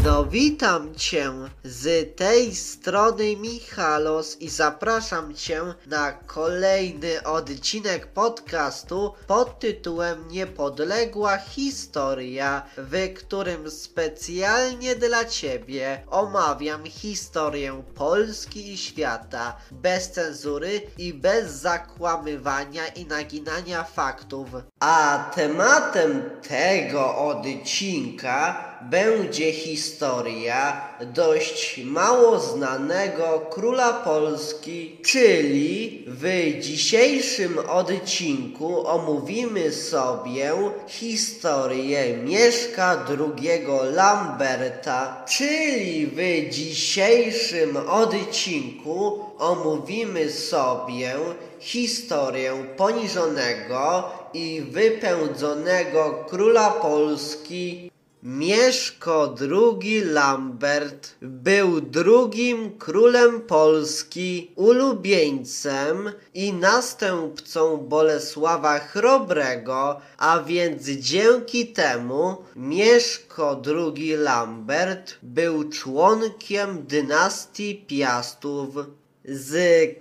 No witam Cię z tej strony Michalos i zapraszam Cię na kolejny odcinek podcastu pod tytułem Niepodległa Historia, w którym specjalnie dla Ciebie omawiam historię Polski i świata bez cenzury i bez zakłamywania i naginania faktów. A tematem tego odcinka będzie historia dość mało znanego króla Polski, czyli w dzisiejszym odcinku omówimy sobie historię Mieszka II Lamberta, czyli w dzisiejszym odcinku omówimy sobie historię poniżonego i wypędzonego króla Polski. Mieszko II Lambert był drugim królem Polski, ulubieńcem i następcą Bolesława Chrobrego, a więc dzięki temu Mieszko II Lambert był członkiem dynastii Piastów. Z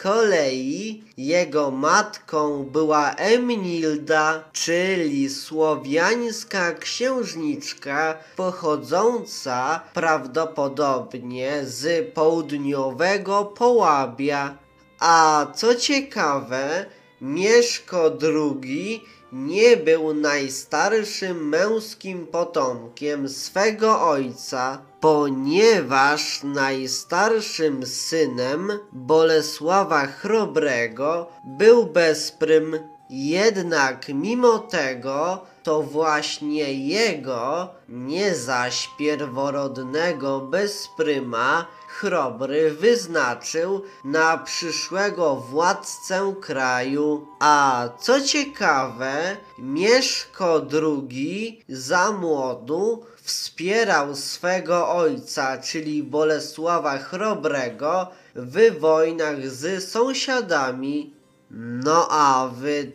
kolei jego matką była Emilda, czyli słowiańska księżniczka pochodząca prawdopodobnie z południowego Połabia. A co ciekawe, Mieszko II nie był najstarszym męskim potomkiem swego ojca, ponieważ najstarszym synem Bolesława Chrobrego był Bezprym. Jednak mimo tego to właśnie jego, nie zaś pierworodnego Bezpryma, Chrobry wyznaczył na przyszłego władcę kraju. A co ciekawe, Mieszko II za młodu wspierał swego ojca, czyli Bolesława Chrobrego, w wojnach z sąsiadami. No a w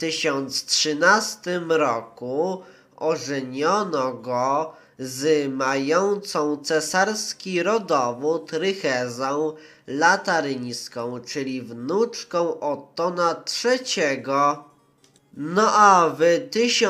1013 roku ożeniono go z mającą cesarski rodowód Rychezą Lataryńską, czyli wnuczką Ottona III. No a w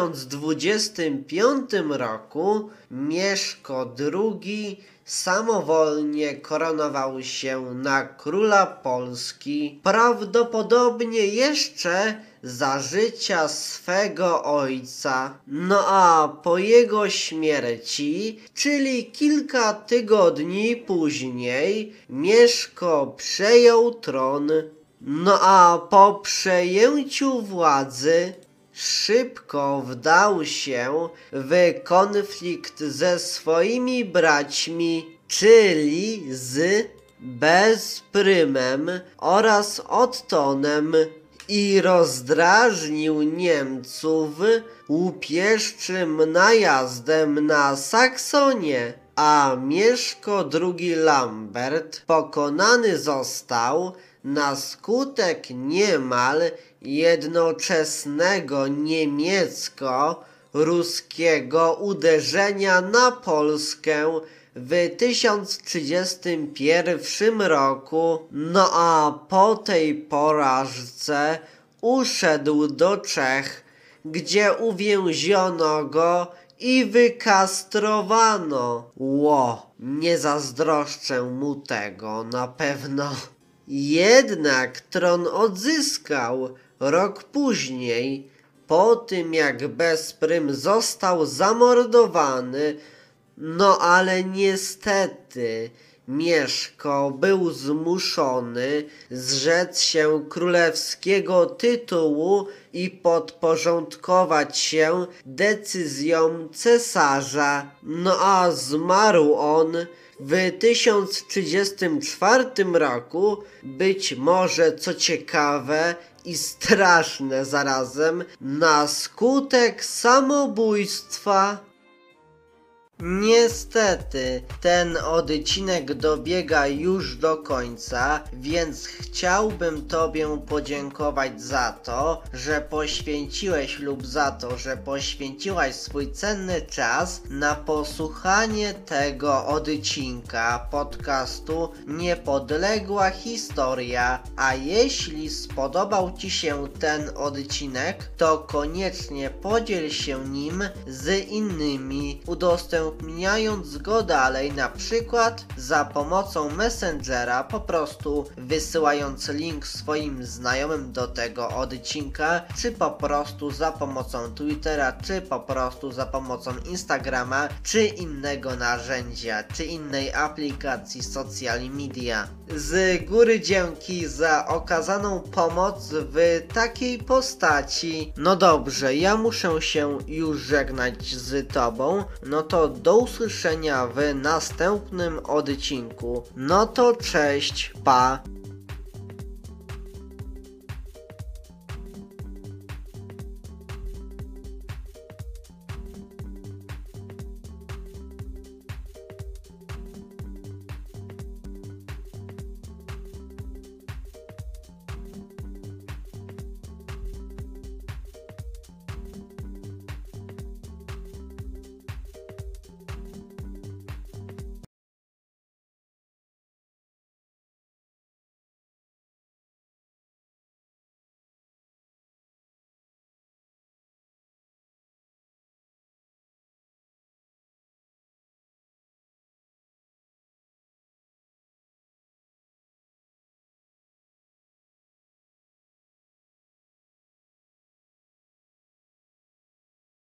1025 roku Mieszko II samowolnie koronował się na króla Polski, prawdopodobnie jeszcze za życia swego ojca. No a po jego śmierci, czyli kilka tygodni później, Mieszko przejął tron. No a po przejęciu władzy szybko wdał się w konflikt ze swoimi braćmi, czyli z Bezprymem oraz Ottonem, i rozdrażnił Niemców łupieszczym najazdem na Saksonię. A Mieszko II Lambert pokonany został na skutek niemal jednoczesnego niemiecko-ruskiego uderzenia na Polskę w 1031 roku. No a po tej porażce uszedł do Czech, gdzie uwięziono go i wykastrowano. Nie zazdroszczę mu tego na pewno. Jednak tron odzyskał rok później, po tym jak Bezprym został zamordowany. No ale niestety Mieszko był zmuszony zrzec się królewskiego tytułu i podporządkować się decyzjom cesarza. No a zmarł on w 1034 roku, być może co ciekawe i straszne zarazem, na skutek samobójstwa. Niestety, ten odcinek dobiega już do końca, więc chciałbym Tobie podziękować za to, że poświęciłeś lub za to, że poświęciłaś swój cenny czas na posłuchanie tego odcinka podcastu Niepodległa Historia. A jeśli spodobał Ci się ten odcinek, to koniecznie podziel się nim z innymi, udostępniając go dalej, na przykład za pomocą Messengera, po prostu wysyłając link swoim znajomym do tego odcinka, czy po prostu za pomocą Twittera, czy po prostu za pomocą Instagrama, czy innego narzędzia, czy innej aplikacji social media. Z góry dzięki za okazaną pomoc w takiej postaci. No dobrze, ja muszę się już żegnać z Tobą. No to do usłyszenia w następnym odcinku. No to cześć, pa!